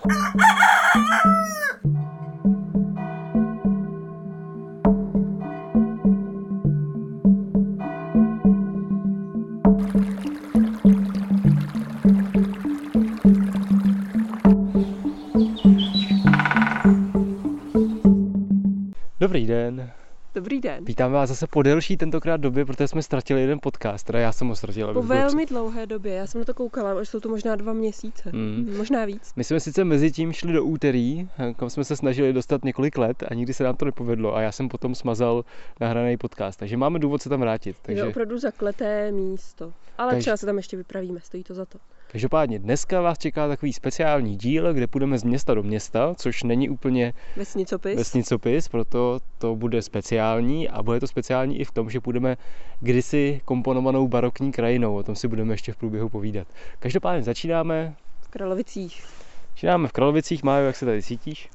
Dobrý den. Dobrý den. Vítáme vás zase po delší tentokrát době, protože jsme ztratili jeden podcast, teda já jsem ho ztratil. Po velmi dlouhé době, já jsem na to koukala, až jsou to možná 2 měsíce, možná víc. My jsme sice mezi tím šli do úterý, kam jsme se snažili dostat několik let a nikdy se nám to nepovedlo a já jsem potom smazal nahraný podcast, takže máme důvod se tam vrátit. Takže... Je to opravdu zakleté místo, ale třeba se tam ještě vypravíme, stojí to za to. Každopádně dneska vás čeká takový speciální díl, kde půjdeme z města do města, což není úplně vesnicopis, proto to bude speciální a bude to speciální i v tom, že půjdeme kdysi komponovanou barokní krajinou, o tom si budeme ještě v průběhu povídat. Každopádně začínáme v Kralovicích. Začínáme v Kralovicích, Májo, jak se tady cítíš?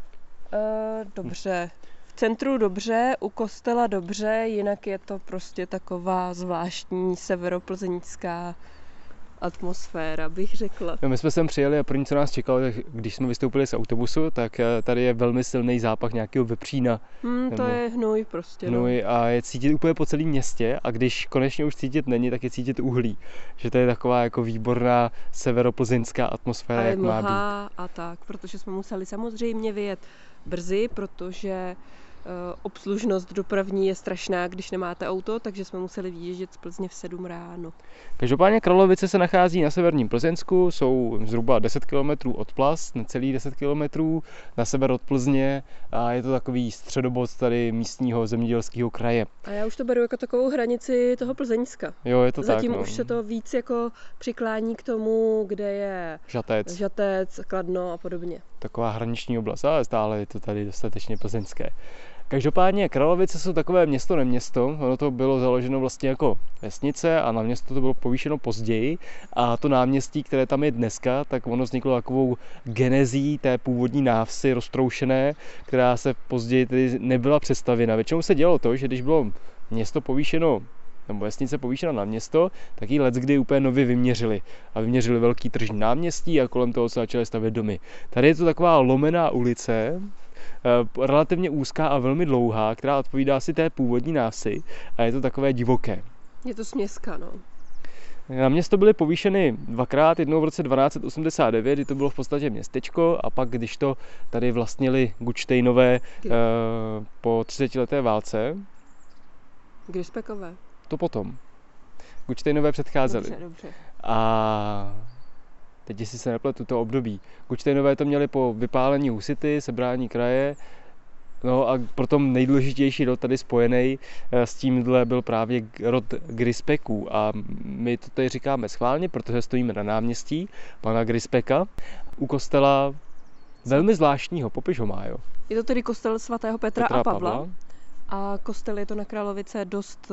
Dobře. V centru dobře, u kostela dobře, jinak je to prostě taková zvláštní severoplzeňská atmosféra, bych řekla. No, my jsme sem přijeli a první, co nás čekalo, tak když jsme vystoupili z autobusu, tak tady je velmi silný zápach nějakého vepřína. To je hnůj prostě. Hnůj a je cítit úplně po celém městě a když konečně už cítit není, tak je cítit uhlí. Že to je taková jako výborná severoplzeňská atmosféra, jak má být. A tak, protože jsme museli samozřejmě vyjet brzy, protože obslužnost dopravní je strašná, když nemáte auto, takže jsme museli vyjíždět z Plzně v 7 ráno. Každopádně Kralovice se nachází na severním Plzeňsku, jsou zhruba 10 km od Plast, necelých 10 km na sever od Plzně a je to takový středobod tady místního zemědělského kraje. A já už to beru jako takovou hranici toho Plzeňska. Jo, je to Zatím tak, už se to víc jako přiklání k tomu, kde je Žatec, Kladno a podobně. Taková hraniční oblast, ale stále je to tady dostatečně plzeňské. Každopádně Kralovice jsou takové město neměsto, ono to bylo založeno vlastně jako vesnice a na město to bylo povýšeno později a to náměstí, které tam je dneska, tak ono vzniklo takovou genezí té původní návsi roztroušené, která se později tedy nebyla přestavěna. Většinou se dělalo to, že když bylo město povýšeno nebo vesnice povýšena na město, tak ji leckdy úplně nově vyměřili. A vyměřili velký tržní náměstí a kolem toho se začaly stavět domy. Tady je to taková lomená ulice, relativně úzká a velmi dlouhá, která odpovídá si té původní návsi a je to takové divoké. Je to směska, no. Na město byly povýšeny dvakrát, jednou v roce 1289, kdy to bylo v podstatě městečko a pak, když to tady vlastnili Gutštejnové po 30leté válce. Grispekové. To potom. Gutštejnové předcházeli. Dobře. A teď, jestli se nepletu, to období. Gutštejnové to měli po vypálení husity, sebrání kraje. No a potom nejdůležitější rod tady spojený s tímhle byl právě rod Grispeků. A my to tady říkáme schválně, protože stojíme na náměstí pana Grispeka u kostela velmi zvláštního. Popiš ho, Májo. Je to tedy kostel svatého Petra a Pavla. A kostel je to na Kralovice dost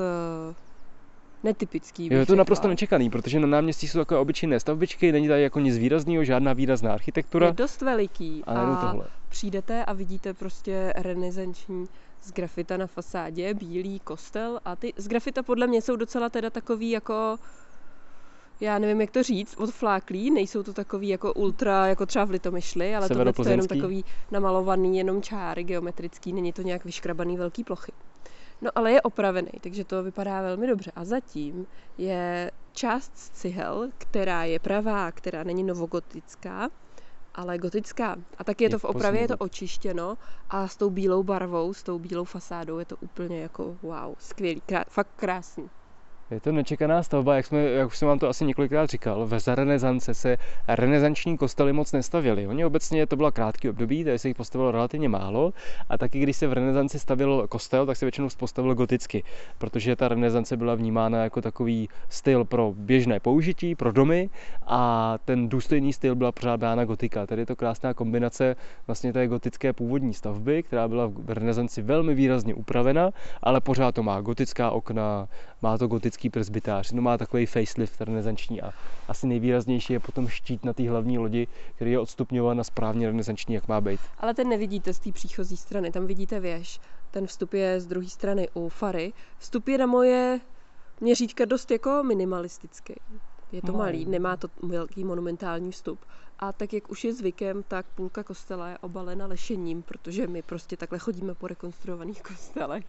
netypický. Je to naprosto nečekaný, protože na náměstí jsou takové obyčejné stavbičky, není tady jako nic výrazného, žádná výrazná architektura. Je dost veliký a tohle. Přijdete a vidíte prostě renesanční z grafita na fasádě, bílý kostel a ty z grafita podle mě jsou docela teda takový jako, já nevím, jak to říct, odfláklí, nejsou to takový jako ultra, jako třeba v Litomyšli, ale tohle je jenom takový namalovaný jenom čáry geometrický, není to nějak vyškrabaný velký plochy. No ale je opravený, takže to vypadá velmi dobře. A zatím je část z cihel, která je pravá, která není novogotická, ale gotická. A taky je to v opravě, je to očištěno a s tou bílou barvou, s tou bílou fasádou je to úplně jako wow, skvělý, fakt krásný. Je to nečekaná stavba, jak už jsem vám to asi několikrát říkal, za renesance se renesanční kostely moc nestavěly. Oni obecně to bylo krátký období, tady se jich postavilo relativně málo a taky když se v renesanci stavěl kostel, tak se většinou postavil goticky, protože ta renesance byla vnímána jako takový styl pro běžné použití, pro domy a ten důstojný styl byla pořád brána gotika. Tady je to krásná kombinace vlastně té gotické původní stavby, která byla v renesanci velmi výrazně upravena, ale pořád to má gotická okna, má to gotický presbytář, no má takový facelift renesanční a asi nejvýraznější je potom štít na té hlavní lodi, který je odstupňován na správně renesanční, jak má být. Ale ten nevidíte z té příchozí strany, tam vidíte věž. Ten vstup je z druhé strany u fary. Vstup je na moje měřítka dost jako minimalistický. Je to malý, nemá to velký monumentální vstup. A tak, jak už je zvykem, tak půlka kostela je obalena lešením, protože my prostě takhle chodíme po rekonstruovaných kostelech.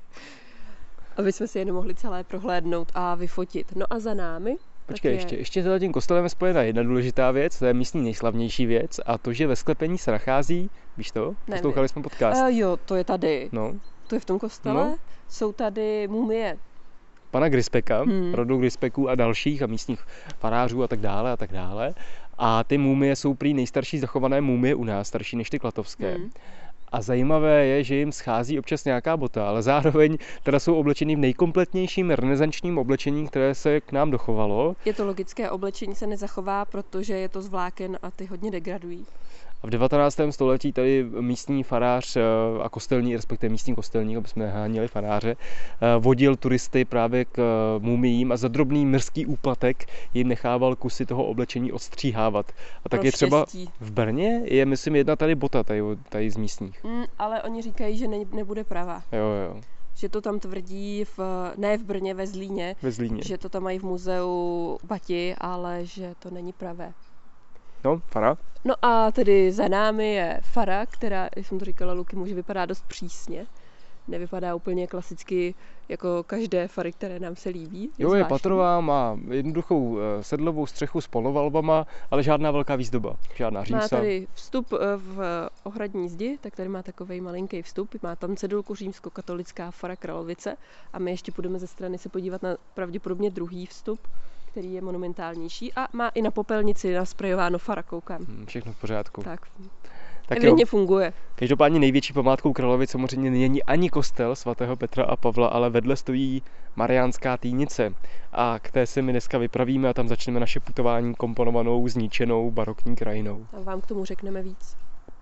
Aby jsme si jenom mohli celé prohlédnout a vyfotit. No a za námi... Počkej, ještě za tím kostelem je spojena jedna důležitá věc, to je místní nejslavnější věc, a to, že ve sklepení se nachází, víš to? Poslouchali jsme podcast. Jo, to je tady. No. To je v tom kostele. No. Jsou tady mumie Pana Grispeka, rodu Grispeků a dalších a místních farářů a tak dále a tak dále. A ty mumie jsou prý nejstarší zachované mumie u nás, starší než ty klatovské. A zajímavé je, že jim schází občas nějaká bota, ale zároveň teda jsou oblečení v nejkompletnějším renesančním oblečení, které se k nám dochovalo. Je to logické, oblečení se nezachová, protože je to z vláken a ty hodně degradují. A v 19. století tady místní farář a kostelní, respektive místní kostelník, aby jsme neháněli faráře, vodil turisty právě k mumiím a za drobný mrzký úplatek jim nechával kusy toho oblečení odstříhávat. A tak je třeba v Brně, je myslím jedna tady bota tady z místních. Ale oni říkají, že nebude pravá. Jo. Že to tam tvrdí, ne v Brně, ve Zlíně, že to tam mají v muzeu Bati, ale že to není pravé. No, fara. No a tedy za námi je fara, která, jak jsem to říkala, Luky, může vypadá dost přísně. Nevypadá úplně klasicky jako každé fary, které nám se líbí. Je patrová, má jednoduchou sedlovou střechu s polovalbama, ale žádná velká výzdoba, žádná římsa. Má tady vstup v ohradní zdi, tak tady má takovej malinký vstup, má tam cedulku římskokatolická fara Kralovice a my ještě půjdeme ze strany se podívat na pravděpodobně druhý vstup, který je monumentálnější a má i na popelnici nasprejováno fara, koukám. Všechno v pořádku. Tak evidentně funguje. Každopádně největší památkou Kralovic samozřejmě není ani kostel svatého Petra a Pavla, ale vedle stojí Mariánská Týnice. A k té se my dneska vypravíme a tam začneme naše putování komponovanou, zničenou barokní krajinou. A vám k tomu řekneme víc.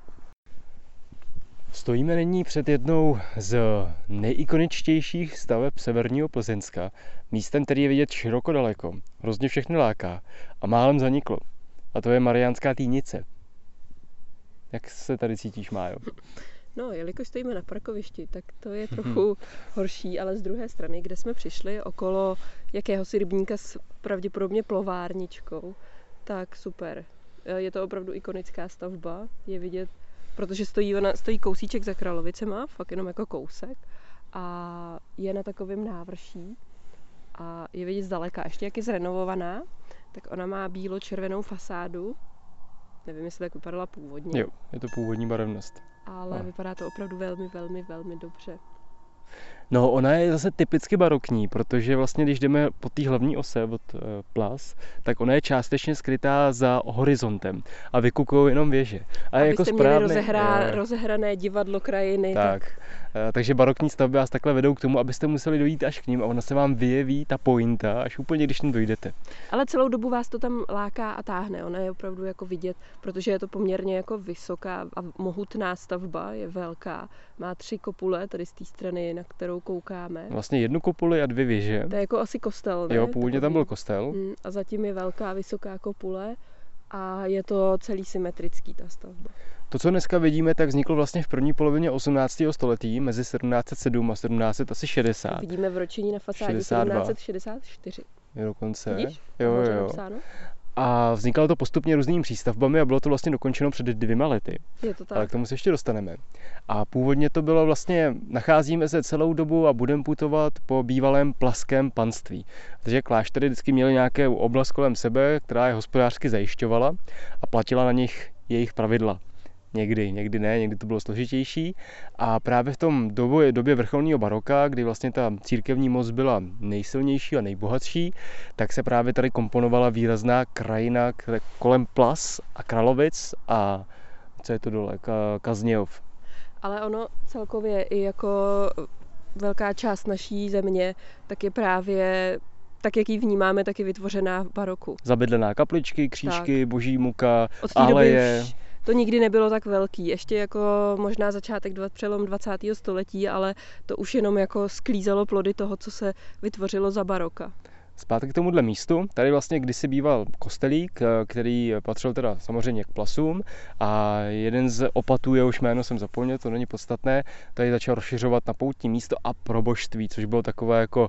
Stojíme nyní před jednou z nejikoničtějších staveb severního Plzeňska, místem, který je vidět široko daleko, hrozně všechny láká a málem zaniklo. A to je Mariánská Týnice. Jak se tady cítíš, Májo? No, jelikož stojíme na parkovišti, tak to je trochu horší, ale z druhé strany, kde jsme přišli okolo jakéhosi rybníka s pravděpodobně plovárničkou, tak super. Je to opravdu ikonická stavba, je vidět, protože stojí kousíček za Kralovicema, fakt jenom jako kousek, a je na takovém návrší a je vidět zdaleka. Ještě jak je zrenovovaná, tak ona má bílo-červenou fasádu. Nevím, jestli tak vypadala původně. Jo, je to původní barevnost. Ale vypadá to opravdu velmi, velmi, velmi dobře. No, ona je zase typicky barokní, protože vlastně, když jdeme po té hlavní ose od Plas, tak ona je částečně skrytá za horizontem a vykukují jenom věže. A jako správný, měli rozehrané divadlo krajiny. Takže barokní stavby vás takhle vedou k tomu, abyste museli dojít až k ním a ona se vám vyjeví, ta pointa, až úplně, když tam dojdete. Ale celou dobu vás to tam láká a táhne. Ona je opravdu jako vidět, protože je to poměrně jako vysoká a mohutná stavba, je velká. Má 3 kopule tady z té strany, na kterou koukáme. Vlastně 1 kopuli a 2 věže. To je jako asi kostel, ne? Jo, původně tam byl kostel. A zatím je velká, vysoká kopule a je to celý symetrický, ta stavba. To, co dneska vidíme, tak vzniklo vlastně v první polovině 18. století, mezi 1707 a 1760. Vidíme vročení na fasádě 1764. Je dokonce. Vidíš? Jo. A vznikalo to postupně různými přístavbami a bylo to vlastně dokončeno před 2 lety. Je to tak. Ale k tomu se ještě dostaneme. A původně to bylo vlastně, nacházíme se celou dobu a budeme putovat po bývalém plaském panství. Takže kláštery vždycky měly nějakou oblast kolem sebe, která je hospodářsky zajišťovala a platila na nich jejich pravidla. Někdy ne, někdy to bylo složitější. A právě v tom době vrcholného baroka, kdy vlastně ta církevní moc byla nejsilnější a nejbohatší, tak se právě tady komponovala výrazná krajina kolem Plas a Kralovic a co je to dole, Kaznějov. Ale ono celkově i jako velká část naší země, tak je právě tak, jak ji vnímáme, tak je vytvořená v baroku. Zabydlená kapličky, křížky, boží muka, aleje. To nikdy nebylo tak velký, ještě jako možná přelom 20. století, ale to už jenom jako sklízelo plody toho, co se vytvořilo za baroka. Zpátky k tomuhle místu. Tady vlastně kdysi býval kostelík, který patřil teda samozřejmě k Plasům a jeden z opatů, jehož jméno jsem zapomněl, to není podstatné, tady začal rozšiřovat na poutní místo a proboštství, což bylo takové jako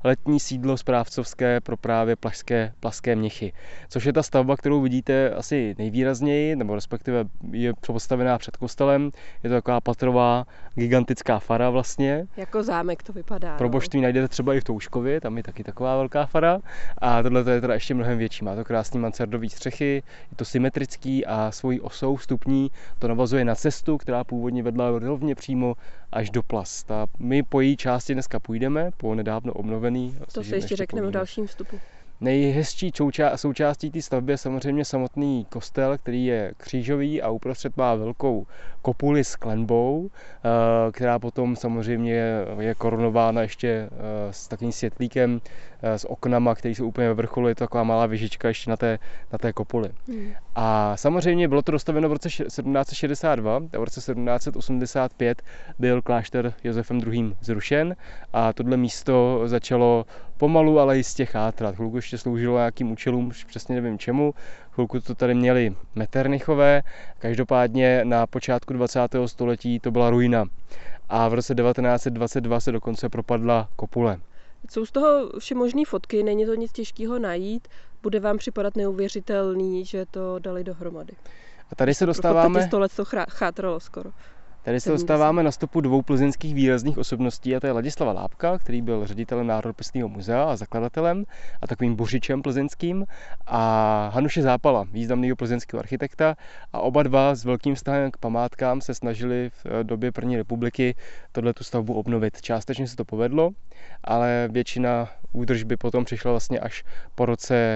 letní sídlo správcovské pro právě plažské mnichy. Což je ta stavba, kterou vidíte asi nejvýrazněji, nebo respektive je postavená před kostelem. Je to taková patrová, gigantická fara vlastně. Jako zámek to vypadá. Proboštství najdete třeba i v Touškově, tam je taky taková velká fara. A tohle je teda ještě mnohem větší. Má to krásný mansardový střechy, je to symetrický a svojí osou stupní to navazuje na cestu, která původně vedla rovně přímo až do Plas. A my po její části dneska půjdeme, po nedávno obnovený. To si ještě řekneme v dalším vstupu. Nejhezčí součástí té stavby je samozřejmě samotný kostel, který je křížový a uprostřed má velkou kopuli s klenbou, která potom samozřejmě je korunována ještě s takovým světlíkem, s oknama, které jsou úplně ve vrcholu, je to taková malá věžička ještě na té kopuli. A samozřejmě bylo to dostaveno v roce 1762 a v roce 1785 byl klášter Josefem II. Zrušen a tohle místo začalo pomalu, ale jistě chátrat. Chvilku ještě sloužilo nějakým účelům, přesně nevím čemu. Chvilku to tady měli Metternichové. Každopádně na počátku 20. století to byla ruina. A v roce 1922 se dokonce propadla kopule. Jsou z toho všemožné fotky, není to nic těžkého najít. Bude vám připadat neuvěřitelný, že to dali dohromady. A tady se dostáváme... V 100 let to chátralo skoro. Tady se dostáváme na stopu dvou plzeňských výrazných osobností, a to je Ladislava Lábka, který byl ředitelem Národopisného muzea a zakladatelem a takovým bořičem plzeňským, a Hanuše Zápala, významného plzeňského architekta, a oba dva s velkým vztahem k památkám se snažili v době první republiky tu stavbu obnovit. Částečně se to povedlo, ale většina údržby potom přišla vlastně až po roce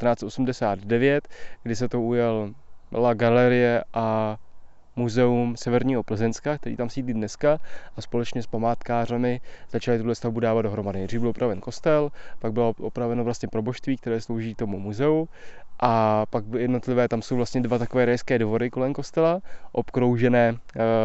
1989, kdy se to ujal La Galerie a Muzeum Severního Plzeňska, který tam sídlí dneska, a společně s památkářemi začali tuhle stavbu dávat dohromady. Nejdřív byl opraven kostel, pak bylo opraveno vlastně proboštství, které slouží tomu muzeu, a pak jednotlivé, tam jsou vlastně dva takové rajské dvory kolem kostela, obkroužené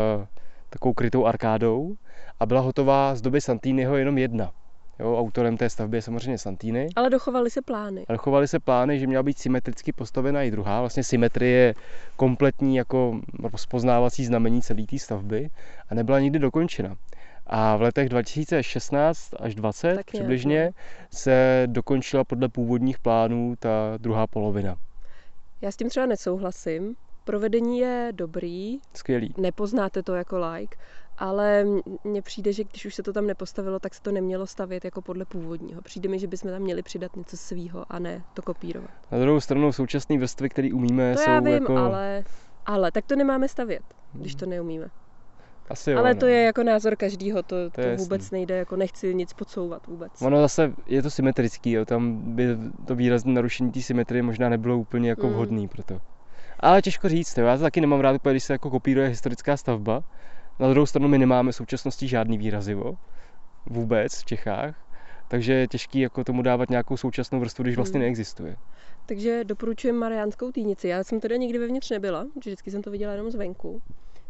takovou krytou arkádou, a byla hotová z doby Santiniho jenom jedna. Jo, autorem té stavby je samozřejmě Santini. Ale dochovaly se plány. A dochovaly se plány, že měla být symetricky postavena i druhá. Vlastně symetrie je kompletní jako rozpoznávací znamení celé té stavby a nebyla nikdy dokončena. A v letech 2016 až 2020 tak přibližně se dokončila podle původních plánů ta druhá polovina. Já s tím třeba nesouhlasím. Provedení je dobrý. Skvělý. Nepoznáte to jako like. Ale mně přijde, že když už se to tam nepostavilo, tak se to nemělo stavět jako podle původního. Přijde mi, že bychom tam měli přidat něco svýho a ne to kopírovat. Na druhou stranu současné vrstvy, které umíme, to jsou já vím, jako... ale tak to nemáme stavět, když to neumíme. Asi jo, ale no. To je jako názor každýho, to vůbec jasný. Nejde, jako nechci nic podsouvat vůbec. Ono zase je to symetrický, jo, tam by to výrazné narušení té symetrie možná nebylo úplně jako vhodný pro to. Ale těžko říct, jo, já to taky nemám rád, když se jako kopíruje historická stavba. Na druhou stranu my nemáme v současnosti žádný výrazivo vůbec v Čechách, takže je těžký jako tomu dávat nějakou současnou vrstvu, když vlastně neexistuje. Takže doporučuji Mariánskou Týnici. Já jsem teda nikdy vevnitř nebyla, vždycky jsem to viděla jenom zvenku,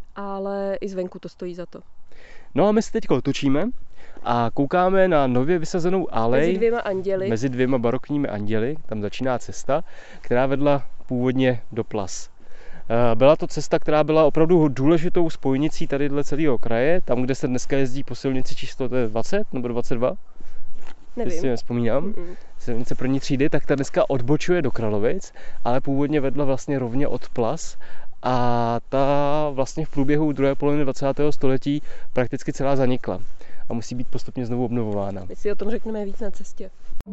ale i zvenku to stojí za to. No a my se teď točíme a koukáme na nově vysazenou alej mezi dvěma barokními anděli, tam začíná cesta, která vedla původně do Plas. Byla to cesta, která byla opravdu důležitou spojnicí tadyhle celého kraje, tam, kde se dneska jezdí po silnici číslo 20 nebo 22. Nevím. Si nevzpomínám. Silnice první třídy, tak ta dneska odbočuje do Kralovic, ale původně vedla vlastně rovně od Plas, a ta vlastně v průběhu druhé poloviny 20. století prakticky celá zanikla a musí být postupně znovu obnovována. My si o tom řekneme víc na cestě.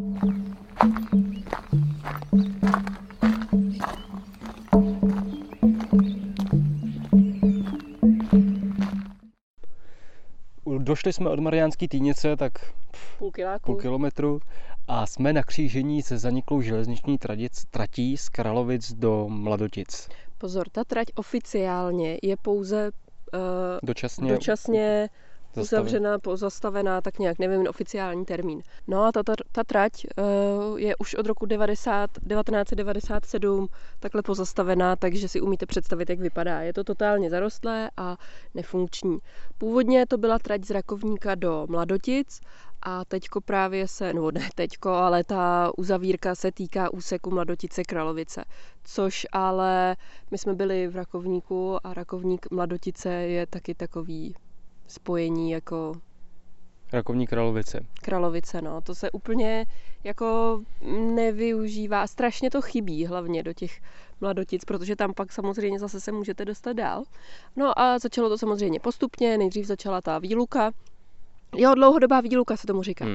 Došli jsme od Mariánské Týnice tak půl kilometru a jsme na křížení se zaniklou železniční tratí z Kralovic do Mladotic. Pozor, ta trať oficiálně je pouze dočasně uzavřená, pozastavená, tak nějak, nevím oficiální termín. No a ta trať je už od roku 1997 takhle pozastavená, takže si umíte představit, jak vypadá. Je to totálně zarostlé a nefunkční. Původně to byla trať z Rakovníka do Mladotic a teďko právě ale ta uzavírka se týká úseku Mladotice Kralovice. Což ale my jsme byli v Rakovníku a Rakovník Mladotice je taky takový spojení jako Rakovník Kralovice. Kralovice, no. To se úplně jako nevyužívá. Strašně to chybí hlavně do těch Mladotic, protože tam pak samozřejmě zase se můžete dostat dál. No a začalo to samozřejmě postupně. Nejdřív začala ta výluka. Dlouhodobá výluka se tomu říká.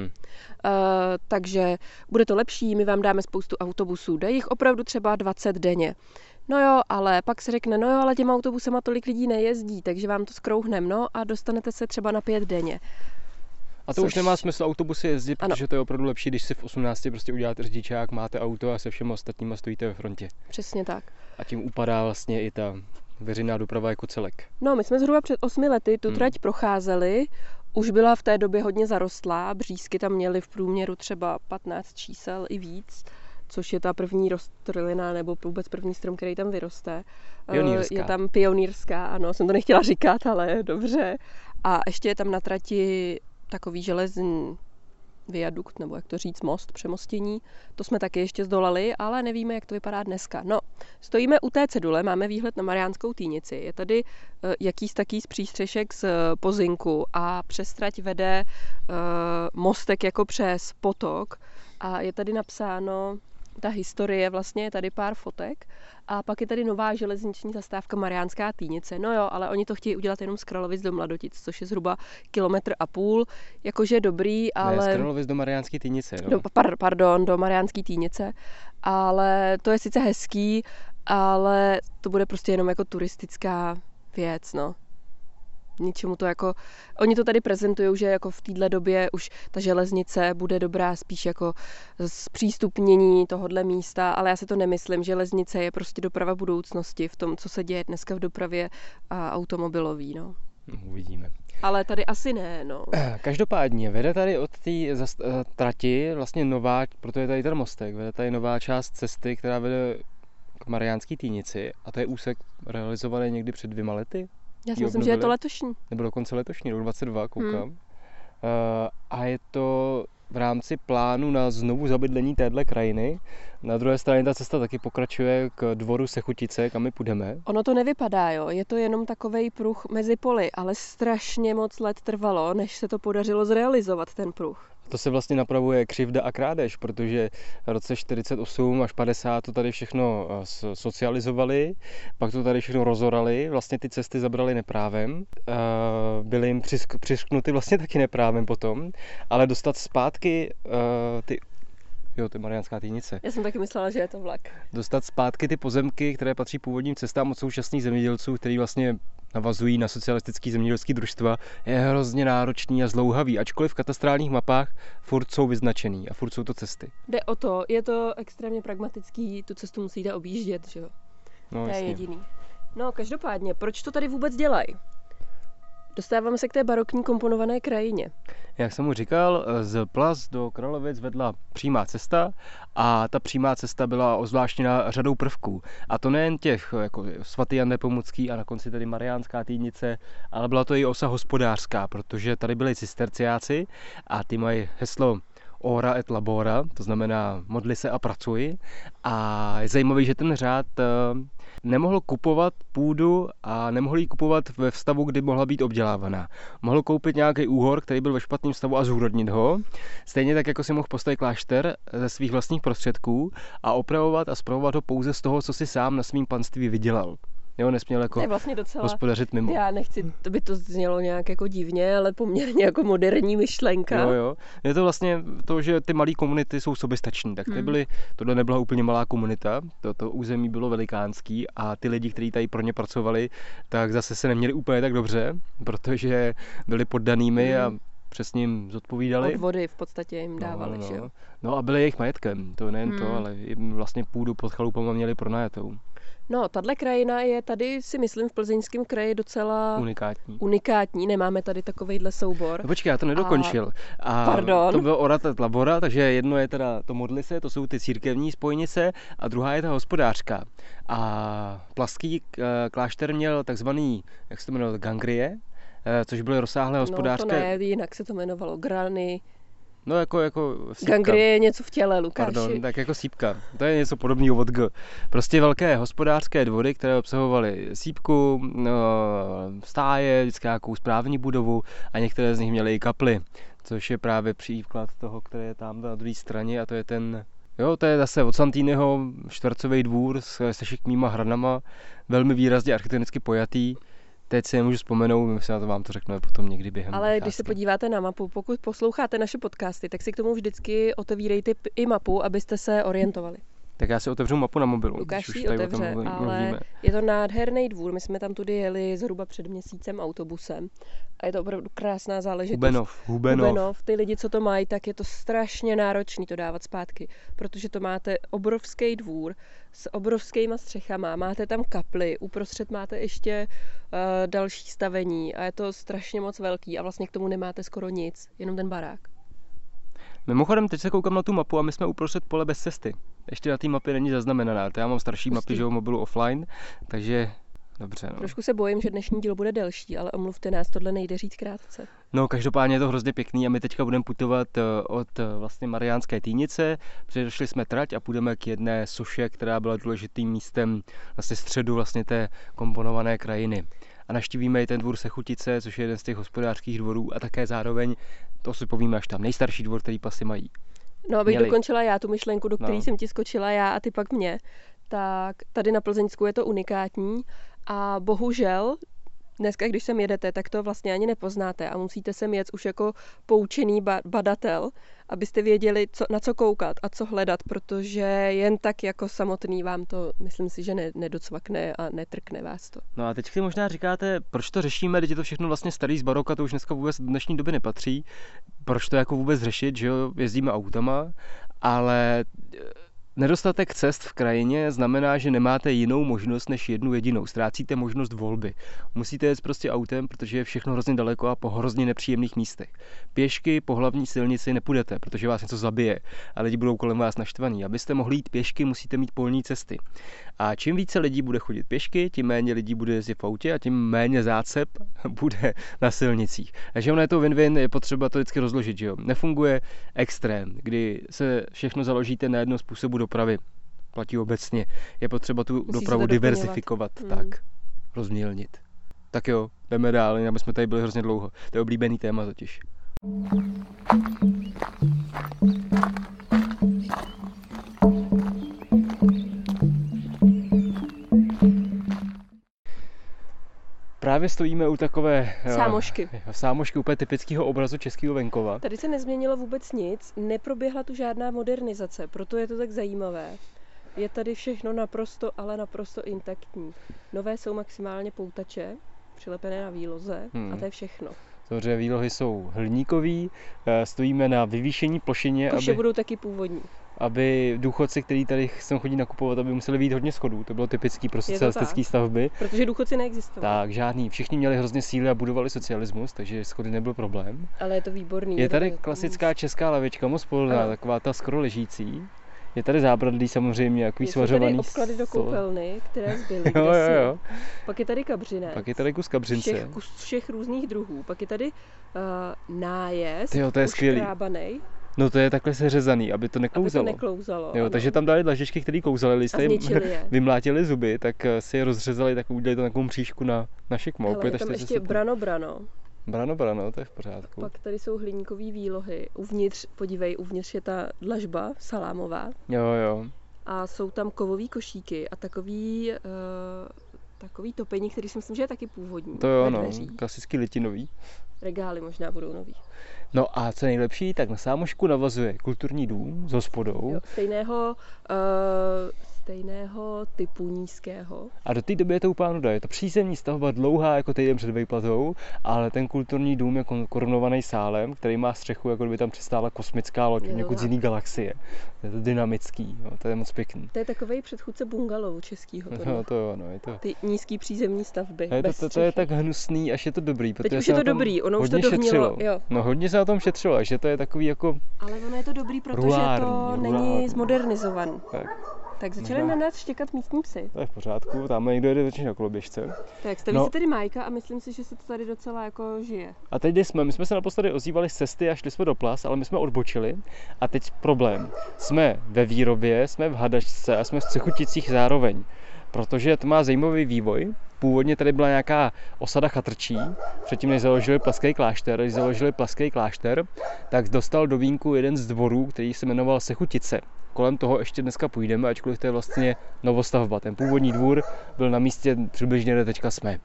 Takže bude to lepší, my vám dáme spoustu autobusů. Dej jich opravdu třeba 20 denně. No jo, ale pak se řekne, no jo, ale těm autobusema tolik lidí nejezdí, takže vám to zkrouhneme, no a dostanete se třeba na 5 denně. A to už nemá smysl autobusy jezdit, protože to je opravdu lepší, když si v 18 prostě uděláte řidičák, máte auto a se všemi ostatníma stojíte ve frontě. Přesně tak. A tím upadá vlastně i ta veřejná doprava jako celek. No, my jsme zhruba před 8 lety tu trať procházeli, už byla v té době hodně zarostlá, břízky tam měly v průměru třeba 15 čísel i víc, což je ta první rostlina nebo vůbec první strom, který tam vyroste. Pionýrská. Je tam pionýrská, ano, jsem to nechtěla říkat, ale dobře. A ještě je tam na trati takový železný viadukt, nebo jak to říct, most, přemostění. To jsme taky ještě zdolali, ale nevíme, jak to vypadá dneska. No, stojíme u té cedule, máme výhled na Mariánskou Týnici. Je tady jakýs přístřešek z pozinku a přes trať vede mostek jako přes potok a je tady napsáno ta historie, vlastně je tady pár fotek a pak je tady nová železniční zastávka Mariánská Týnice. No jo, ale oni to chtějí udělat jenom z Kralovic do Mladotic, což je zhruba 1,5 kilometru, jakože dobrý, ale... Ne, z Kralovic do Mariánské Týnice, no. Pardon, do Mariánské Týnice, ale to je sice hezký, ale to bude prostě jenom jako turistická věc, no. Ničemu to jako, oni to tady prezentují, že jako v téhle době už ta železnice bude dobrá spíš jako zpřístupnění tohodle místa, ale já si to nemyslím. Železnice je prostě doprava budoucnosti v tom, co se děje dneska v dopravě automobilový, no. Uvidíme. Ale tady asi ne, no. Každopádně vede tady od té trati vlastně nová, proto je tady ten mostek, vede tady nová část cesty, která vede k Mariánské Týnici a to je úsek realizovaný někdy před 2 lety. Já si myslím, že je to letošní. Nebo dokonce letošní, rok 22, koukám. A je to v rámci plánu na znovu zabydlení téhle krajiny. Na druhé straně ta cesta taky pokračuje k dvoru Sechutice, kam my půjdeme. Ono to nevypadá, jo. Je to jenom takovej pruh mezi poli, ale strašně moc let trvalo, než se to podařilo zrealizovat, ten pruh. To se vlastně napravuje křivda a krádež, protože v roce 48 až 50 to tady všechno socializovali, pak to tady všechno rozorali, vlastně ty cesty zabrali neprávem, byly jim přisknuty vlastně taky neprávem potom, ale dostat zpátky to je Mariánská Týnice. Já jsem taky myslela, že je to vlak. Dostat zpátky ty pozemky, které patří původním cestám od současných zemědělců, který vlastně navazují na socialistický zemědělský družstva, je hrozně náročný a zdlouhavý, ačkoliv v katastrálních mapách furt jsou vyznačený a furt jsou to cesty. Jde o to, je to extrémně pragmatický, tu cestu musíte objíždět, že jo? No, to je jediný. No, každopádně, proč to tady vůbec dělají? Dostáváme se k té barokní komponované krajině. Jak jsem mu říkal, z Plaz do Kralovic vedla přímá cesta a ta přímá cesta byla ozvláštněna řadou prvků. A to nejen těch, jako svatý Jan Nepomucký a na konci tady Mariánská Týnice, ale byla to i osa hospodářská, protože tady byli cisterciáci a ty mají heslo Ora et labora, to znamená modli se a pracuj. A je zajímavé, že ten řád nemohl kupovat půdu a nemohl ji kupovat ve stavu, kdy mohla být obdělávaná. Mohl koupit nějaký úhor, který byl ve špatném stavu a zúrodnit ho. Stejně tak, jako si mohl postavit klášter ze svých vlastních prostředků a opravovat a spravovat ho pouze z toho, co si sám na svým panství vydělal. Jo, nesměl jako vlastně docela hospodařit mimo. Já nechci, to by to znělo nějak jako divně, ale poměrně jako moderní myšlenka. Jo. Je to vlastně to, že ty malé komunity jsou soběstační. Tak tohle nebyla úplně malá komunita, to území bylo velikánský a ty lidi, kteří tady pro ně pracovali, tak zase se neměli úplně tak dobře, protože byli poddanými a přesně jim zodpovídali. Odvody v podstatě jim dávali, že jo? No a byli jejich majetkem, to nejen to, ale jim vlastně půdu pod chalupama měli pronajatou. No, tahle krajina je tady, si myslím, v Plzeňském kraji docela unikátní. Nemáme tady takovejhle soubor. No počkej, já to nedokončil. Pardon. To bylo Ora et labora, takže jedno je teda to modli se, to jsou ty církevní spojnice a druhá je ta hospodářská. A plazský klášter měl takzvaný, jak se to jmenovalo, gangrie, což byly rozsáhlé hospodářské... No to ne, jinak se to jmenovalo grany. No jako sípka. Gangrie je něco v těle, Lukáši. Pardon, tak jako sípka. To je něco podobného od G. Prostě velké hospodářské dvory, které obsahovaly sípku, stáje, vždycky nějakou správní budovu a některé z nich měly i kaply. což je právě příklad toho, který je tam na druhé straně a to je ten, jo, to je zase od Santýnyho čtvercový dvůr se šikmýma hranama, velmi výrazně architektonicky pojatý. Teď si nemůžu vzpomenout, my si na to vám to řekneme potom někdy během Ale vycházky. když se podíváte na mapu, pokud posloucháte naše podcasty, tak si k tomu vždycky otevírejte i mapu, abyste se orientovali. Tak já si otevřu mapu na mobilu. Lukáš když ji už tady o tom otevře, mluvíme. ale je to nádherný dvůr. My jsme tam tudy jeli zhruba před měsícem autobusem a je to opravdu krásná záležitost. Hubenov. Ty lidi, co to mají, tak je to strašně náročný to dávat zpátky, protože to máte obrovský dvůr s obrovskýma střechama, máte tam kapli, uprostřed máte ještě další stavení a je to strašně moc velký a vlastně k tomu nemáte skoro nic, jenom ten barák. Mimochodem, teď se koukám na tu mapu a my jsme uprostřed pole bez cesty. Ještě na té mapě není zaznamenaná. Já mám starší mapy, že jo, mobilu offline, takže dobře. No. Trošku se bojím, že dnešní díl bude delší, ale omluvte nás, tohle nejde říct krátce. No, každopádně je to hrozně pěkný a my teďka budeme putovat od vlastně Mariánské Týnice. Přešli jsme trať a půjdeme k jedné soše, která byla důležitým místem vlastně středu vlastně té komponované krajiny. A navštívíme i ten dvůr Sechutice, což je jeden z těch hospodářských dvorů a také zároveň, to si povíme až tam, nejstarší dvor, který pasy mají. No, abych dokončila já tu myšlenku, do které jsem ti skočila já a ty pak mě, tak tady na Plzeňsku je to unikátní a bohužel dneska, když sem jedete, tak to vlastně ani nepoznáte a musíte sem jet už jako poučený badatel, abyste věděli, na co koukat a co hledat, protože jen tak jako samotný vám to, myslím si, že nedocvakne a netrkne vás to. No a teď si možná říkáte, proč to řešíme, teď je to všechno vlastně starý z baroka, to už dneska vůbec do dnešní doby nepatří, proč to jako vůbec řešit, že jo, jezdíme autama, ale nedostatek cest v krajině znamená, že nemáte jinou možnost než jednu jedinou. Ztrácíte možnost volby. Musíte jet prostě autem, protože je všechno hrozně daleko a po hrozně nepříjemných místech. Pěšky po hlavní silnici nepůjdete, protože vás něco zabije a lidi budou kolem vás naštvaní. Abyste mohli jít pěšky, musíte mít polní cesty. A čím více lidí bude chodit pěšky, tím méně lidí bude jezdit v autě a tím méně zácep bude na silnicích. Takže ono je to win-win, je potřeba to vždycky rozložit, že jo. Nefunguje extrém, kdy se všechno založíte na jednom způsobu dopravy. Platí obecně. Je potřeba tu dopravu diversifikovat, tak rozmělnit. Tak jo, jdeme dál, aby jsme tady byli hrozně dlouho. To je oblíbený téma totiž. Právě stojíme u takové sámošky úplně typického obrazu českého venkova. Tady se nezměnilo vůbec nic, neproběhla tu žádná modernizace, proto je to tak zajímavé. Je tady všechno naprosto, ale naprosto intaktní. Nové jsou maximálně poutače, přilepené na výloze a to je všechno. Samozřejmě výlohy jsou hliníkový, stojíme na vyvýšení plošině. Koše budou taky původní. Aby důchodci, kteří tady sem chodí nakupovat, aby museli vyjít hodně schodů. To bylo typický pro socialistické stavby. Protože důchodci neexistovali. Tak, žádný. Všichni měli hrozně síly a budovali socialismus, takže schody nebyl problém. Ale je to výborný. Je tady klasická česká lavička, moc pohodlná, taková ta skoro ležící. Je tady zábradlí samozřejmě, jaký svařovaný. Jsou tady obklady do koupelny, které zbyly. jo. Pak je tady kabřinec. Pak je tady kus kabřince. Všech různých druhů. Pak je tady nájezd. Jo, to je skvělý. Škrábanej. No to je takhle seřezaný, aby to neklouzalo. Jo, takže tam dali dlažečky, které klouzaly, když jste jim vymlátili zuby, tak si je rozřezali, tak udělali to takovou mřížku na šikmo. Hele, je tam ještě brano. Brano, to je v pořádku. Pak tady jsou hliníkové výlohy. Uvnitř je ta dlažba salámová. Jo. A jsou tam kovové košíky a takový topení, který si myslím, že je taky původní. To jo, klasický litinový. Regály možná budou nový. No a co nejlepší, tak na sámošku navazuje kulturní dům s hospodou. Jo, stejného typu nízkého. A do té doby je to úplná nuda. Je to přízemní stavba dlouhá jako týden před vejplatou, ale ten kulturní dům je korunovaný sálem, který má střechu, jako kdyby tam přistála kosmická loď někud z jiný galaxie. Je to dynamický, to je moc pěkný. To je takovej předchůdce bungalovu českýho. No to jo, je to. Ty nízký přízemní stavby. To je tak hnusný, až je to dobrý. Teď už je to dobrý, ono už to dohnilo. No hodně se na tom šetřilo, že to je takový jako. Ale ono je to dobrý, protože to není zmodernizovaný. Tak začaly na nás štěkat místní psy. To je v pořádku, tam někdo jede začíná na koloběžce. Tak staví se tady Majka a myslím si, že se to tady docela jako žije. A teď my jsme se naposledy ozývali z cesty a šli jsme do Plas, ale my jsme odbočili a teď problém. Jsme ve výrobě, jsme v hadačce a jsme v Cechuticích zároveň. protože to má zajímavý vývoj. Původně tady byla nějaká osada chatrčí, předtím než založili Plaský klášter. Když založili Plaský klášter, tak dostal do vínku jeden z dvorů, který se jmenoval Sechutice. Kolem toho ještě dneska půjdeme, ačkoliv to je vlastně novostavba. Ten původní dvůr byl na místě přibližně, kde teďka jsme.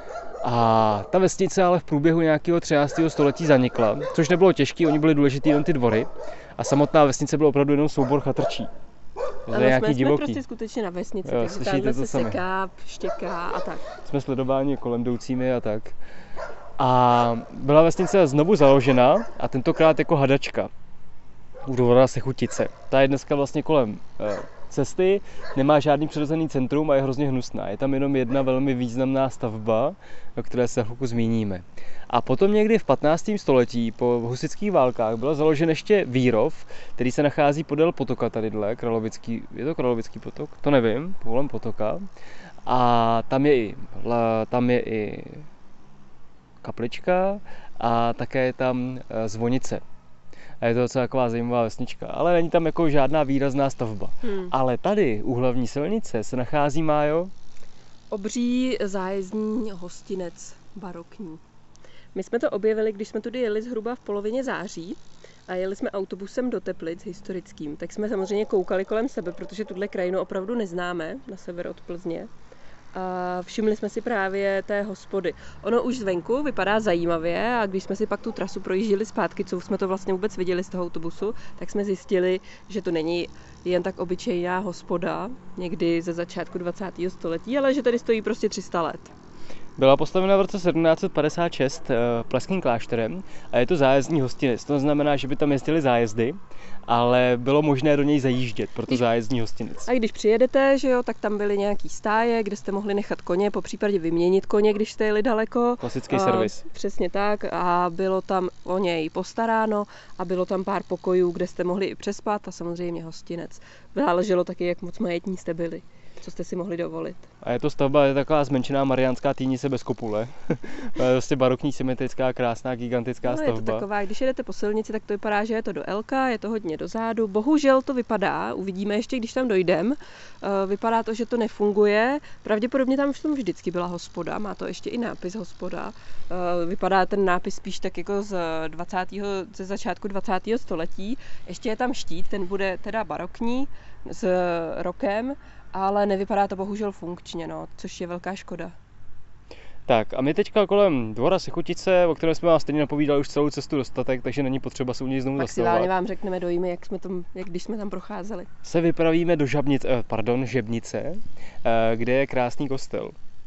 A ta vesnice ale v průběhu nějakého 13. století zanikla, což nebylo těžké, oni byli důležitý jen ty dvory. A samotná vesnice byl opravdu jenom soubor chatrčí. Ale jsme prostě skutečně na vesnici, takže tamhle se seká, štěká a tak. Jsme sledováni kolem jdoucími a tak. A byla vesnice znovu založena a tentokrát jako hadačka u dvora Sechutice. Ta je dneska vlastně kolem cesty, nemá žádný přirozený centrum a je hrozně hnusná. Je tam jenom jedna velmi významná stavba, o které se chvilku zmíníme. A potom někdy v 15. století po husitských válkách byl založen ještě Vírov, který se nachází podél potoka tadyhle, je to Kralovický potok? To nevím, kolem potoka. A tam je i kaplička a také je tam zvonice. A je to docela taková zajímavá vesnička. Ale není tam jako žádná výrazná stavba. Ale tady u hlavní silnice se nachází, Májo, obří zájezdní hostinec barokní. My jsme to objevili, když jsme tudy jeli zhruba v polovině září a jeli jsme autobusem do Teplic historickým. Tak jsme samozřejmě koukali kolem sebe, protože tuhle krajinu opravdu neznáme na sever od Plzně. A všimli jsme si právě té hospody. Ono už zvenku vypadá zajímavě a když jsme si pak tu trasu projížděli zpátky, co jsme to vlastně vůbec viděli z toho autobusu, tak jsme zjistili, že to není jen tak obyčejná hospoda, někdy ze začátku 20. století, ale že tady stojí prostě 300 let. Byla postavena v roce 1756 Plaským klášterem a je to zájezdní hostinec. To znamená, že by tam jezdili zájezdy, ale bylo možné do něj zajíždět, proto zájezdní hostinec. A když přijedete, že jo, tak tam byly nějaký stáje, kde jste mohli nechat koně, popřípadě vyměnit koně, když jste jeli daleko. Klasický servis. Přesně tak a bylo tam o něj postaráno a bylo tam pár pokojů, kde jste mohli i přespat a samozřejmě hostinec. Záleželo taky, jak moc majetní jste byli, co jste si mohli dovolit. A je to stavba, je taková zmenšená mariánská týnice bez kopule. To je vlastně barokní, symetrická, krásná, gigantická stavba. Je to taková, když jedete po silnici, tak to vypadá, že je to do Elka, je to hodně dozadu. Bohužel to vypadá, uvidíme ještě, když tam dojdem. Vypadá to, že to nefunguje. Pravděpodobně tam už tam vždycky byla hospoda, má to ještě i nápis hospoda. Vypadá ten nápis spíš tak jako ze začátku 20. století. Ještě je tam štít, ten bude teda barokní s rokem, ale nevypadá to bohužel funkčně, no, což je velká škoda. Tak a my teďka kolem dvora Sechutice, o kterém jsme vám stejně napovídali už celou cestu dostatek, takže není potřeba se u něj znovu zastavovat. Maximálně vám řekneme dojmy, jak když jsme tam procházeli. Se vypravíme do Žebnice, kde je krásný kostel.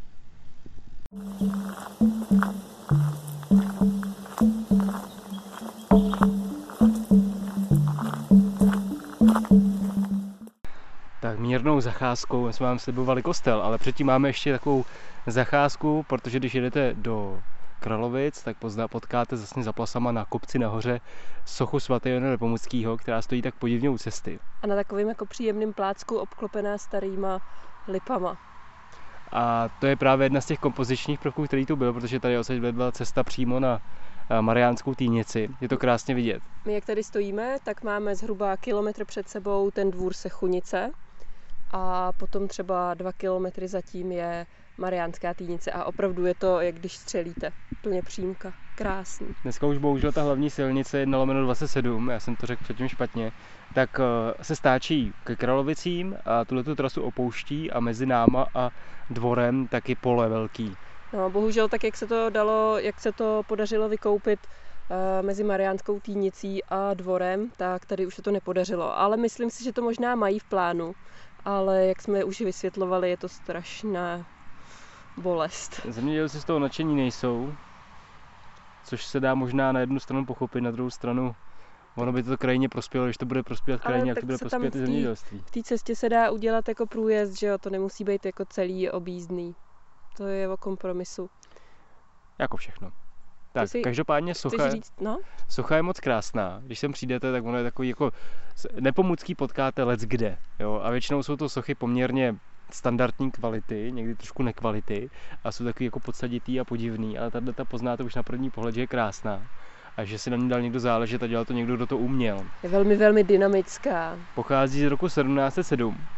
Tak mírnou zacházkou jsme vám slibovali kostel, ale předtím máme ještě takovou zacházku, protože když jedete do Kralovic, tak potkáte vlastně za Plasama na kopci nahoře sochu svatého Jana Nepomuckého, která stojí tak podivně u cesty. A na takovým jako příjemným plácku obklopená starýma lipama. A to je právě jedna z těch kompozičních prvků, který tu byl, protože tady odsaď vedla cesta přímo na Mariánskou týnici. Je to krásně vidět. My jak tady stojíme, tak máme zhruba kilometr před sebou ten dvůr Sechunice a potom třeba 2 kilometry zatím je Mariánská týnice a opravdu je to, jak když střelíte, plně přímka, krásný. Dneska už bohužel ta hlavní silnice 1/27, já jsem to řekl předtím špatně, tak se stáčí ke Kralovicím a tuhletu trasu opouští a mezi náma a dvorem taky pole velký. No, bohužel tak, jak se to podařilo vykoupit mezi Mariánskou týnicí a dvorem, tak tady už se to nepodařilo. Ale myslím si, že to možná mají v plánu. Ale jak jsme už vysvětlovali, je to strašná bolest. Zemědělci z toho nadšení nejsou, což se dá možná na jednu stranu pochopit, na druhou stranu ono by to krajině prospělo, když to bude prospěvat krajině, jak to bude prospěvat i zemědělství. V té cestě se dá udělat jako průjezd, že jo, to nemusí být jako celý objízdný. To je o kompromisu. Jako všechno. Tak, každopádně socha je moc krásná. Když sem přijdete, tak ono je takový jako Nepomucký potkáte leckde. Jo? A většinou jsou to sochy poměrně standardní kvality, někdy trošku nekvality a jsou takový jako podsaditý a podivný, ale tato poznáte už na první pohled, že je krásná. A že si na ní dal někdo záležet a dělal to někdo, kdo to uměl. Je velmi, velmi dynamická. Pochází z roku 1707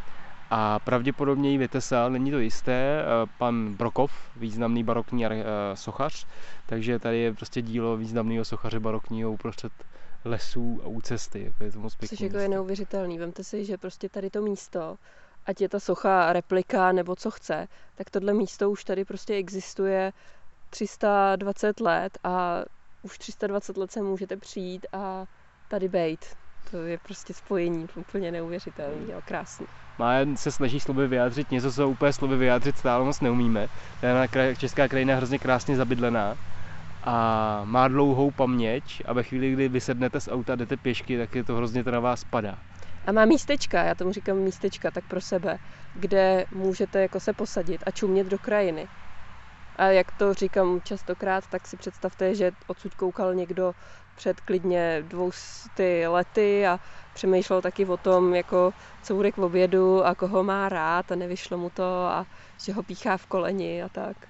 a pravděpodobně ji vytesal, není to jisté, pan Brokov, významný barokní sochař, takže tady je prostě dílo významného sochaře barokního uprostřed lesů a u cesty, jako je to moc pěkný. Což jako je neuvěřitelný, vemte si, že prostě tady to místo, ať je ta socha replika nebo co chce, tak tohle místo už tady prostě existuje 320 let a už 320 let se můžete přijít a tady bejt. To je prostě spojení úplně neuvěřitelný, jo, krásný. Mája se snaží slovy vyjádřit něco, co úplně slovy vyjádřit stále moc neumíme. Česká krajina je hrozně krásně zabydlená a má dlouhou paměť a ve chvíli, kdy vysednete z auta a jdete pěšky, tak je to hrozně to na vás padá. A má místečka, já tomu říkám místečka, tak pro sebe, kde můžete jako se posadit a čumět do krajiny. A jak to říkám častokrát, tak si představte, že odsud koukal někdo před klidně 200 lety a přemýšlel taky o tom, jako co bude k obědu a koho má rád a nevyšlo mu to a že ho píchá v koleni a tak.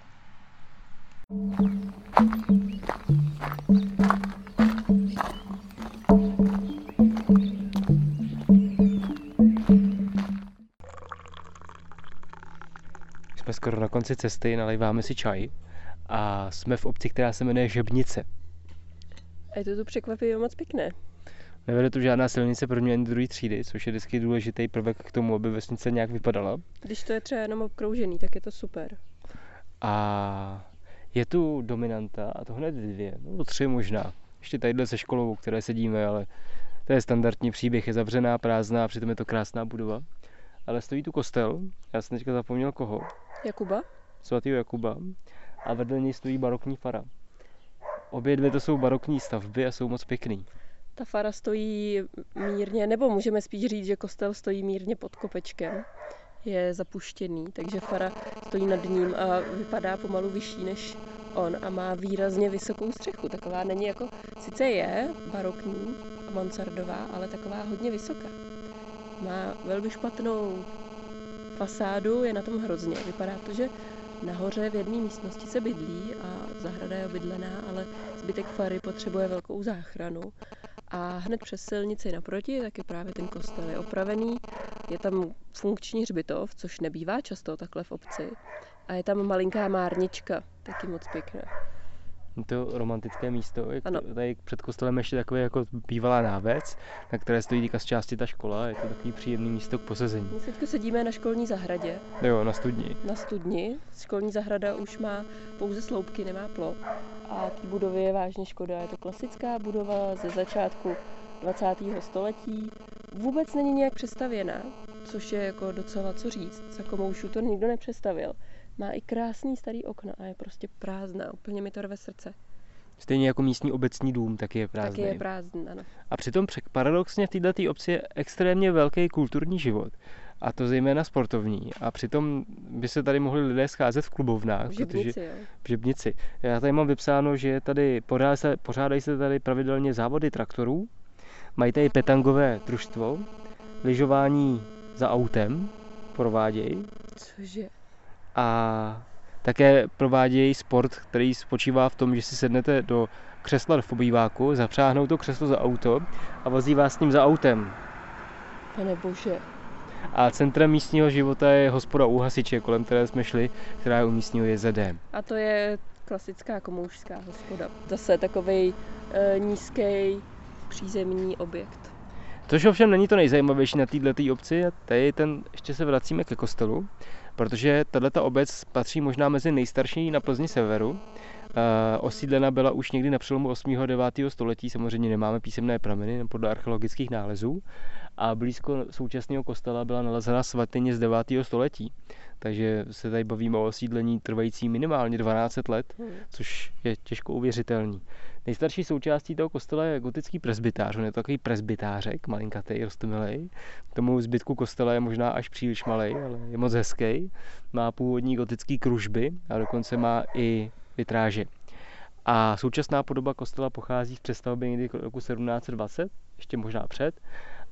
Jsme skoro na konci cesty, naléváme si čaj a jsme v obci, která se jmenuje Žebnice. A je to tu překvapivě moc pěkné. Nevede tu žádná silnice první ani druhé třídy, což je vždycky důležitý prvek k tomu, aby vesnice nějak vypadala. Když to je třeba jenom obkroužený, tak je to super. A je tu dominanta, a to hned 2, nebo 3 možná. Ještě tadyhle se školou, u které sedíme, ale to je standardní příběh, je zavřená, prázdná, a přitom je to krásná budova. Ale stojí tu kostel, já jsem teďka zapomněl koho. Jakuba? Svatého Jakuba. A vedle něj stojí barokní fara. Obě dvě to jsou barokní stavby a jsou moc pěkný. Ta fara stojí mírně, nebo můžeme spíš říct, že kostel stojí mírně pod kopečkem. Je zapuštěný, takže fara stojí nad ním a vypadá pomalu vyšší než on a má výrazně vysokou střechu. Taková není jako, sice je barokní, mansardová, ale taková hodně vysoká. Má velmi špatnou fasádu, je na tom hrozně. Vypadá to, že nahoře v jedné místnosti se bydlí a zahrada je obydlená, ale zbytek fary potřebuje velkou záchranu. A hned přes silnici naproti, tak je právě ten kostel je opravený. Je tam funkční hřbitov, což nebývá často takhle v obci. A je tam malinká márnička, taky moc pěkná. To romantické místo, Ano. Tady před kostelem ještě takové jako bývalá návec, na které stojí týka z části ta škola, je to takový příjemný místo k posezení. My teď sedíme na školní zahradě. Jo, na studni. Na studni. Školní zahrada už má pouze sloupky, nemá plot. A té budově je vážně škoda. Je to klasická budova ze začátku 20. století. Vůbec není nějak přestavěná, což je jako docela co říct. Za komoušů to nikdo nepřestavil. Má i krásný starý okna a je prostě prázdná. Úplně mi to rve srdce. Stejně jako místní obecní dům, taky je prázdný. Taky je prázdný, ano. A přitom paradoxně v této obci je extrémně velký kulturní život. A to zejména sportovní. A přitom by se tady mohli lidé scházet v klubovnách. V Žebnici, jo. V Žebnici. Já tady mám vypsáno, že tady pořádají se tady pravidelně závody traktorů. Mají tady petangové družstvo. Lyžování za autem provádějí. Cože? A také provádějí sport, který spočívá v tom, že si sednete do křesla v obýváku, zapřáhnou to křeslo za auto a vozí vás s ním za autem. Pane bože. A centrem místního života je hospoda u Hasiče, kolem které jsme šli, která je u místního JZD. A to je klasická komoušská hospoda. Zase takovej nízký přízemní objekt. Což ovšem není to nejzajímavější na této obci, a tady ještě se vracíme ke kostelu, protože tato obec patří možná mezi nejstarší na Plzni severu. Osídlena byla už někdy na přelomu 8. a 9. století, samozřejmě nemáme písemné prameny podle archeologických nálezů. A blízko současného kostela byla nalezena svatyně z 9. století. Takže se tady bavíme o osídlení trvající minimálně 12 let, což je těžko uvěřitelný. Nejstarší součástí toho kostela je gotický presbytář. On je to takový presbytářek, malinkatej, roztomilej. K tomu zbytku kostela je možná až příliš malej, ale je moc hezký. Má původní gotický kružby a dokonce má i vitráže. A současná podoba kostela pochází z přestavby někdy roku 1720, ještě možná před,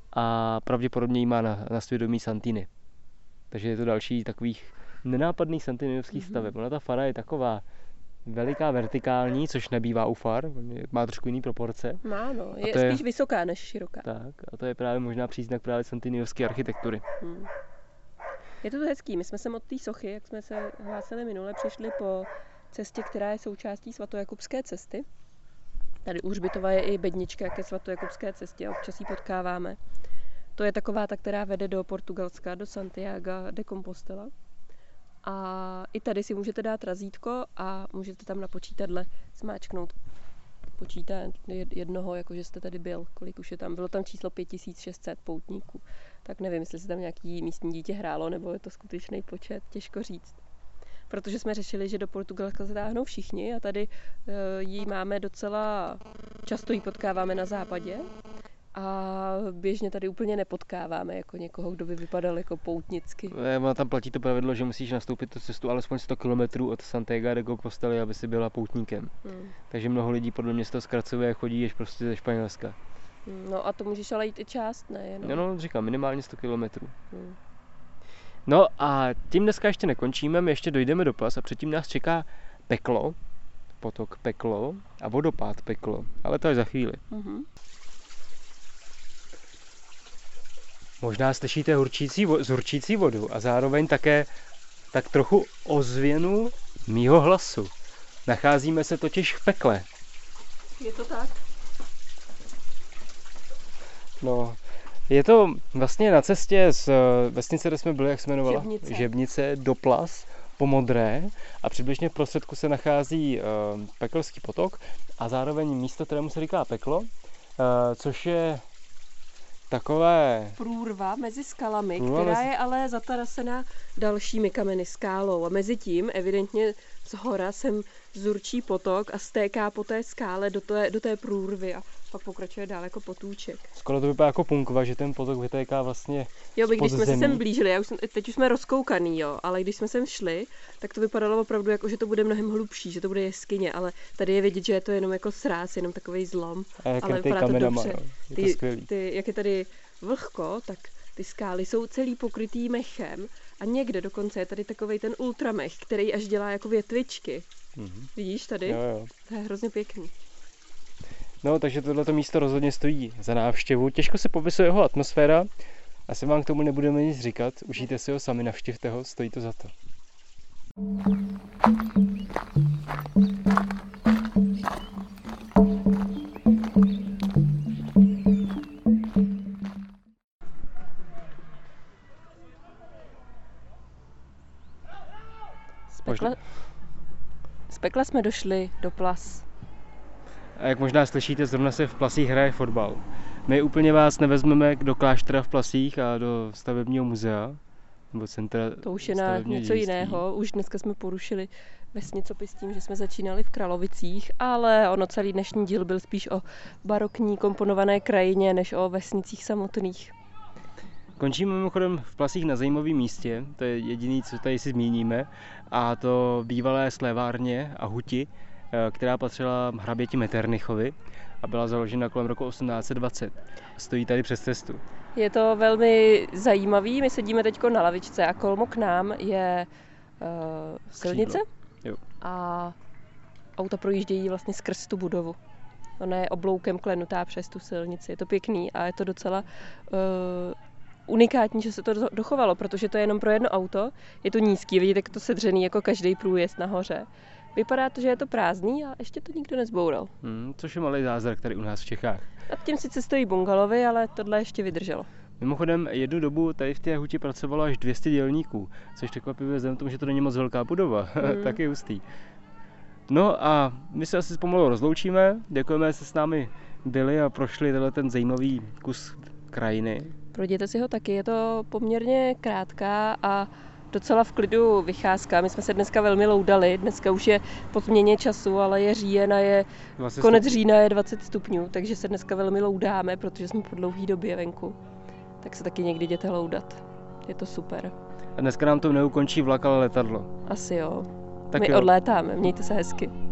a pravděpodobně ji má na svědomí Santini. Takže je to další takových nenápadných santiniovských staveb. Ona ta fara je taková veliká vertikální, což nebývá u far, má trošku jiný proporce. Má, no. Je spíš vysoká než široká. Tak, a to je právě možná příznak právě santiniovské architektury. Je to hezký. My jsme sem od té sochy, jak jsme se hlásili minule, přišli po cestě, která je součástí svatojakubské cesty. Tady u Hřbitova je i bednička ke svatojakubské cestě, občas ji potkáváme. To je taková ta, která vede do Portugalska, do Santiago de Compostela. A i tady si můžete dát razítko a můžete tam na počítadle zmáčknout. Počítá jednoho, jakože jste tady byl, kolik už je tam. Bylo tam číslo 5600 poutníků. Tak nevím, jestli se tam nějaký místní dítě hrálo, nebo je to skutečný počet, těžko říct. Protože jsme řešili, že do Portugalska zatáhnou všichni a tady ji máme docela, často ji potkáváme na západě a běžně tady úplně nepotkáváme jako někoho, kdo by vypadal jako poutnicky. Ona tam platí to pravidlo, že musíš nastoupit tu cestu alespoň 100 km od Santiago de Compostela, aby si byla poutníkem. Takže mnoho lidí podle mě z toho zkracuje, chodí až prostě ze Španělska. No a to můžeš ale jít i část, ne? Jenom. No, říkám, minimálně 100 km. No a tím dneska ještě nekončíme, my ještě dojdeme do Plas a předtím nás čeká peklo, potok Peklo a vodopád Peklo, ale to až za chvíli. Možná slyšíte zhurčící vodu a zároveň také tak trochu ozvěnu mýho hlasu. Nacházíme se totiž v pekle. Je to tak? No, je to vlastně na cestě z vesnice, kde jsme byli, jak se jmenovala? Žebnice do Plas po Modré a přibližně v prostředku se nachází Pekelský potok a zároveň místo, kterému se říká Peklo, což je takové... průrva mezi skalami, která je ale zatarasená dalšími kameny skálou a mezi tím evidentně z hora sem zurčí potok a stéká po té skále do té průrvy a pak pokračuje dál jako potůček. Skoro to vypadá jako punkva, že ten potok vytéká vlastně když jsme se sem blížili, teď už jsme rozkoukaný, jo, ale když jsme sem šli, tak to vypadalo opravdu jako, že to bude mnohem hlubší, že to bude jeskyně, ale tady je vidět, že je to jenom jako sráz, jenom takovej zlom. Ale vypadá to dobře. Jak je tady vlhko, tak ty skály jsou celý pokrytý mechem a někde dokonce je tady takovej ten ultramech, který až dělá jako větvičky. Vidíš tady? Jo. To je hrozně pěkný. No, takže tohleto místo rozhodně stojí za návštěvu. Těžko se popisuje jeho atmosféra. Asi vám k tomu nebudeme nic říkat. Užijte si ho sami, navštivte ho, stojí to za to. Z Pekla jsme došli do Plas. A jak možná slyšíte, zrovna se v Plasích hraje fotbal. My úplně vás nevezmeme do kláštera v Plasích a do stavebního muzea, nebo centra. To už je na něco jiného. Už dneska jsme porušili vesnicopis tím, že jsme začínali v Kralovicích, ale ono celý dnešní díl byl spíš o barokní komponované krajině, než o vesnicích samotných. Končíme mimochodem v Plasích na zajímavém místě, to je jediné, co tady si zmíníme, a to bývalé slévárně a huti, která patřila hraběti Metternichovi a byla založena kolem roku 1820. Stojí tady přes cestu. Je to velmi zajímavý, my sedíme teď na lavičce a kolmo k nám je silnice a auta projíždějí vlastně skrz tu budovu. Ona je obloukem klenutá přes tu silnici, je to pěkný a je to docela unikátní, že se to dochovalo, protože to je jenom pro jedno auto, je to nízký, vidíte, jak to sedřený jako každý průjezd nahoře. Vypadá to, že je to prázdný a ještě to nikdo nezboural. Což je malý zázrak tady u nás v Čechách. Nad tím sice stojí bungalovy, ale tohle ještě vydrželo. Mimochodem, jednu dobu tady v té huti pracovalo až 200 dělníků, což překvapivě vzhledem k tomu, že to není moc velká budova, tak je hustý. No a my se asi pomalu rozloučíme, děkujeme, že jste s námi byli a prošli ten zajímavý kus krajiny. Projděte si ho taky, je to poměrně krátká a docela v klidu vycházka. My jsme se dneska velmi loudali, dneska už je po změně času, ale je říjen a konec října je 20 stupňů, takže se dneska velmi loudáme, protože jsme po dlouhý době venku. Tak se taky někdy jděte loudat. Je to super. A dneska nám to neukončí vlak, ale letadlo. Asi jo. Tak My odlétáme, mějte se hezky.